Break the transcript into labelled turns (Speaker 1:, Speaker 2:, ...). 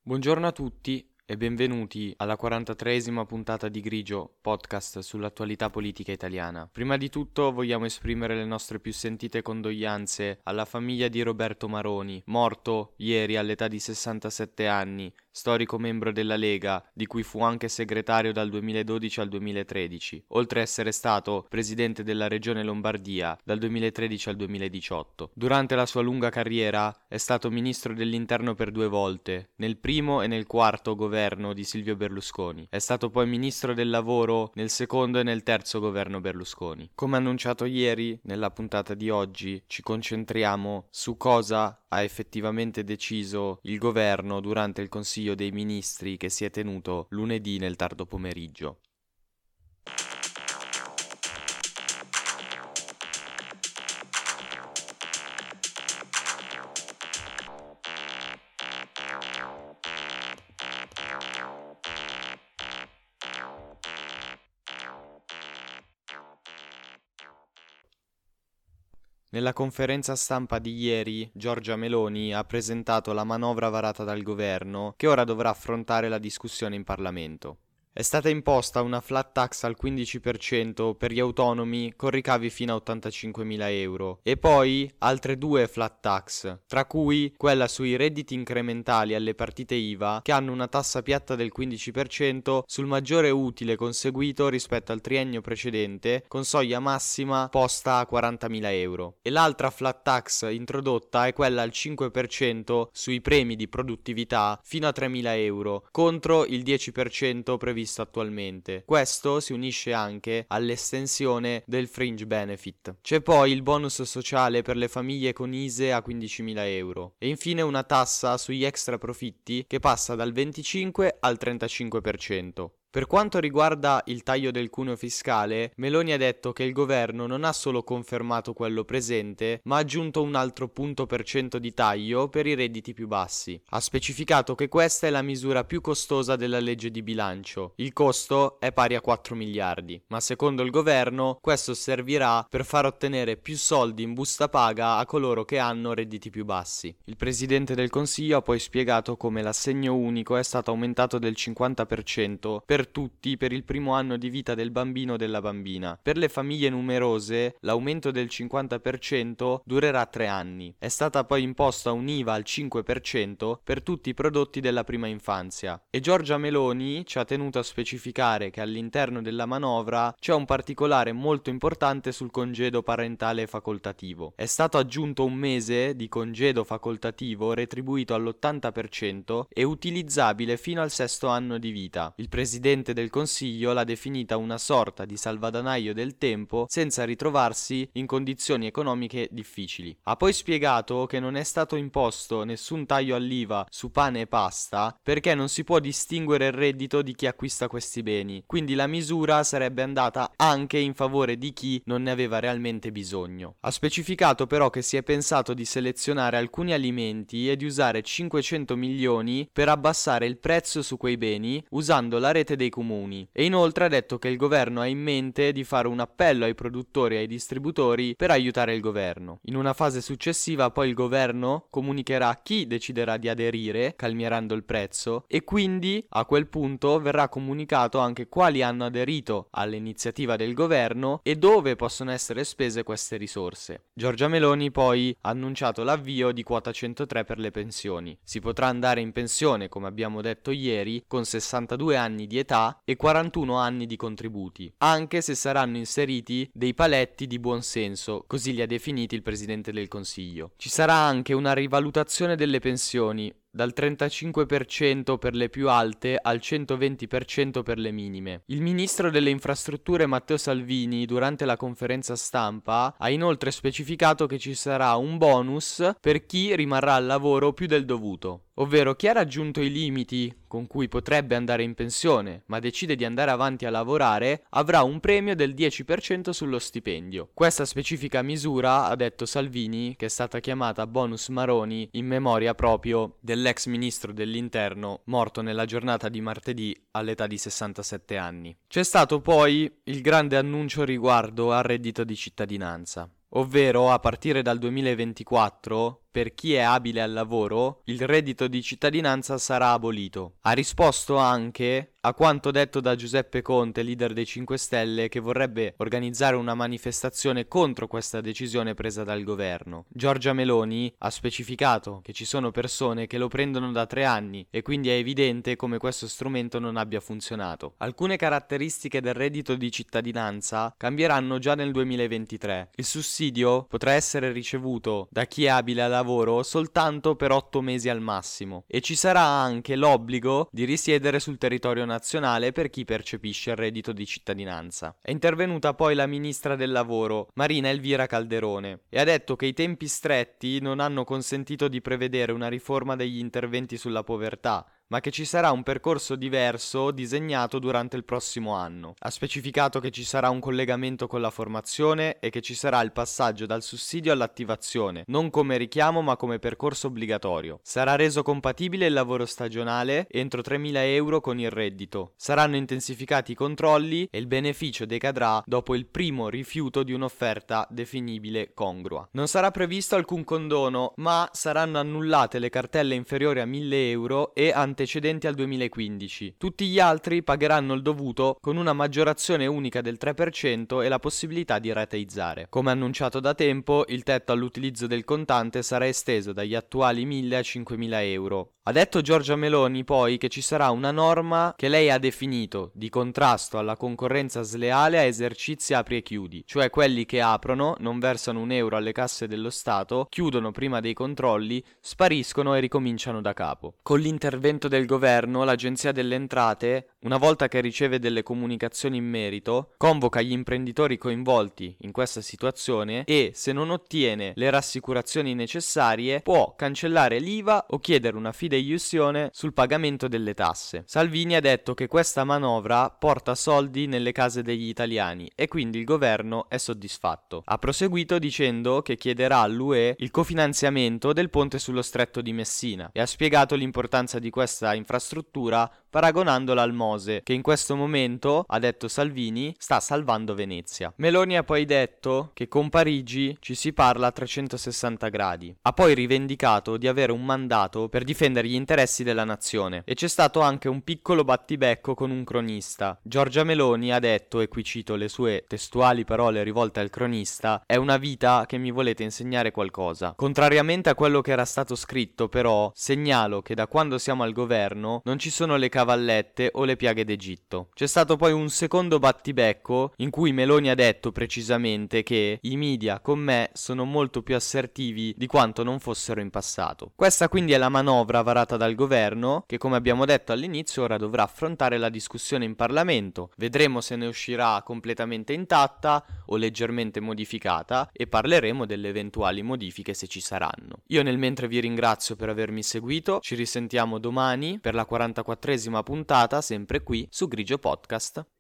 Speaker 1: Buongiorno a tutti e benvenuti alla 43esima puntata di Grigio, podcast sull'attualità politica italiana. Prima di tutto vogliamo esprimere le nostre più sentite condoglianze alla famiglia di Roberto Maroni, morto ieri all'età di 67 anni, storico membro della Lega, di cui fu anche segretario dal 2012 al 2013, oltre a essere stato presidente della regione Lombardia dal 2013 al 2018. Durante la sua lunga carriera è stato ministro dell'interno per 2 volte, nel primo e nel quarto governo di Silvio Berlusconi. È stato poi ministro del lavoro nel secondo e nel terzo governo Berlusconi. Come annunciato ieri, nella puntata di oggi ci concentriamo su cosa ha effettivamente deciso il governo durante il Consiglio dei Ministri che si è tenuto lunedì nel tardo pomeriggio. Nella conferenza stampa di ieri, Giorgia Meloni ha presentato la manovra varata dal governo, che ora dovrà affrontare la discussione in Parlamento. È stata imposta una flat tax al 15% per gli autonomi con ricavi fino a 85.000 euro e poi altre 2 flat tax, tra cui quella sui redditi incrementali alle partite IVA che hanno una tassa piatta del 15% sul maggiore utile conseguito rispetto al triennio precedente, con soglia massima posta a 40.000 euro. E l'altra flat tax introdotta è quella al 5% sui premi di produttività fino a 3.000 euro, contro il 10% previsto attualmente. Questo si unisce anche all'estensione del fringe benefit. C'è poi il bonus sociale per le famiglie con ISEE a 15.000 euro e infine una tassa sugli extra profitti che passa dal 25 al 35%. Per quanto riguarda il taglio del cuneo fiscale, Meloni ha detto che il governo non ha solo confermato quello presente, ma ha aggiunto un altro punto percento di taglio per i redditi più bassi. Ha specificato che questa è la misura più costosa della legge di bilancio. Il costo è pari a 4 miliardi, ma secondo il governo questo servirà per far ottenere più soldi in busta paga a coloro che hanno redditi più bassi. Il Presidente del Consiglio ha poi spiegato come l'assegno unico è stato aumentato del 50% per tutti per il primo anno di vita del bambino o della bambina. Per le famiglie numerose l'aumento del 50% durerà 3 anni. È stata poi imposta un'IVA al 5% per tutti i prodotti della prima infanzia. E Giorgia Meloni ci ha tenuto a specificare che all'interno della manovra c'è un particolare molto importante sul congedo parentale facoltativo. È stato aggiunto un mese di congedo facoltativo retribuito all'80% e utilizzabile fino al 6º anno di vita. Il Presidente del Consiglio l'ha definita una sorta di salvadanaio del tempo senza ritrovarsi in condizioni economiche difficili. Ha poi spiegato che non è stato imposto nessun taglio all'IVA su pane e pasta perché non si può distinguere il reddito di chi acquista questi beni, quindi la misura sarebbe andata anche in favore di chi non ne aveva realmente bisogno. Ha specificato però che si è pensato di selezionare alcuni alimenti e di usare 500 milioni per abbassare il prezzo su quei beni usando la rete dei comuni e inoltre ha detto che il governo ha in mente di fare un appello ai produttori e ai distributori per aiutare il governo. In una fase successiva poi il governo comunicherà chi deciderà di aderire, calmierando il prezzo, e quindi a quel punto verrà comunicato anche quali hanno aderito all'iniziativa del governo e dove possono essere spese queste risorse. Giorgia Meloni poi ha annunciato l'avvio di quota 103 per le pensioni. Si potrà andare in pensione, come abbiamo detto ieri, con 62 anni di età e 41 anni di contributi, anche se saranno inseriti dei paletti di buon senso, così li ha definiti il Presidente del Consiglio. Ci sarà anche una rivalutazione delle pensioni, dal 35% per le più alte al 120% per le minime. Il ministro delle infrastrutture Matteo Salvini durante la conferenza stampa ha inoltre specificato che ci sarà un bonus per chi rimarrà al lavoro più del dovuto, ovvero chi ha raggiunto i limiti con cui potrebbe andare in pensione ma decide di andare avanti a lavorare avrà un premio del 10% sullo stipendio. Questa specifica misura, ha detto Salvini, che è stata chiamata bonus Maroni in memoria proprio dell'ex ministro dell'interno morto nella giornata di martedì all'età di 67 anni. C'è stato poi il grande annuncio riguardo al reddito di cittadinanza, ovvero a partire dal 2024 per chi è abile al lavoro il reddito di cittadinanza sarà abolito. Ha risposto anche a quanto detto da Giuseppe Conte, leader dei 5 Stelle, che vorrebbe organizzare una manifestazione contro questa decisione presa dal governo. Giorgia Meloni ha specificato che ci sono persone che lo prendono da 3 anni e quindi è evidente come questo strumento non abbia funzionato. Alcune caratteristiche del reddito di cittadinanza cambieranno già nel 2023. Il sussidio potrà essere ricevuto da chi è abile al lavoro soltanto per 8 mesi al massimo e ci sarà anche l'obbligo di risiedere sul territorio nazionale per chi percepisce il reddito di cittadinanza. È intervenuta poi la ministra del lavoro, Marina Elvira Calderone, e ha detto che i tempi stretti non hanno consentito di prevedere una riforma degli interventi sulla povertà, ma che ci sarà un percorso diverso disegnato durante il prossimo anno. Ha specificato che ci sarà un collegamento con la formazione e che ci sarà il passaggio dal sussidio all'attivazione, non come richiamo ma come percorso obbligatorio. Sarà reso compatibile il lavoro stagionale entro 3.000 euro con il reddito. Saranno intensificati i controlli e il beneficio decadrà dopo il primo rifiuto di un'offerta definibile congrua. Non sarà previsto alcun condono, ma saranno annullate le cartelle inferiori a 1.000 euro e antecedenti al 2015. Tutti gli altri pagheranno il dovuto con una maggiorazione unica del 3% e la possibilità di rateizzare. Come annunciato da tempo, il tetto all'utilizzo del contante sarà esteso dagli attuali 1.000 a 5.000 euro. Ha detto Giorgia Meloni poi che ci sarà una norma che lei ha definito di contrasto alla concorrenza sleale a esercizi apri e chiudi, cioè quelli che aprono, non versano un euro alle casse dello Stato, chiudono prima dei controlli, spariscono e ricominciano da capo. Con l'intervento del governo, l'Agenzia delle Entrate, una volta che riceve delle comunicazioni in merito, convoca gli imprenditori coinvolti in questa situazione e, se non ottiene le rassicurazioni necessarie, può cancellare l'IVA o chiedere una fideiussione sul pagamento delle tasse. Salvini ha detto che questa manovra porta soldi nelle case degli italiani e quindi il governo è soddisfatto. Ha proseguito dicendo che chiederà all'UE il cofinanziamento del ponte sullo Stretto di Messina e ha spiegato l'importanza di questa infrastruttura paragonandola al Mose, che in questo momento, ha detto Salvini, sta salvando Venezia. Meloni ha poi detto che con Parigi ci si parla a 360 gradi. Ha poi rivendicato di avere un mandato per difendere gli interessi della nazione e c'è stato anche un piccolo battibecco con un cronista. Giorgia Meloni ha detto, e qui cito le sue testuali parole rivolte al cronista: "È una vita che mi volete insegnare qualcosa". Contrariamente a quello che era stato scritto, però, segnalo che da quando siamo al governo non ci sono le cavallette o le piaghe d'Egitto. C'è stato poi un secondo battibecco in cui Meloni ha detto precisamente che i media con me sono molto più assertivi di quanto non fossero in passato. Questa quindi è la manovra varata dal governo che, come abbiamo detto all'inizio, ora dovrà affrontare la discussione in Parlamento. Vedremo se ne uscirà completamente intatta o leggermente modificata e parleremo delle eventuali modifiche se ci saranno. Io nel mentre vi ringrazio per avermi seguito, ci risentiamo domani per la 44esima puntata, sempre qui su Grigio Podcast.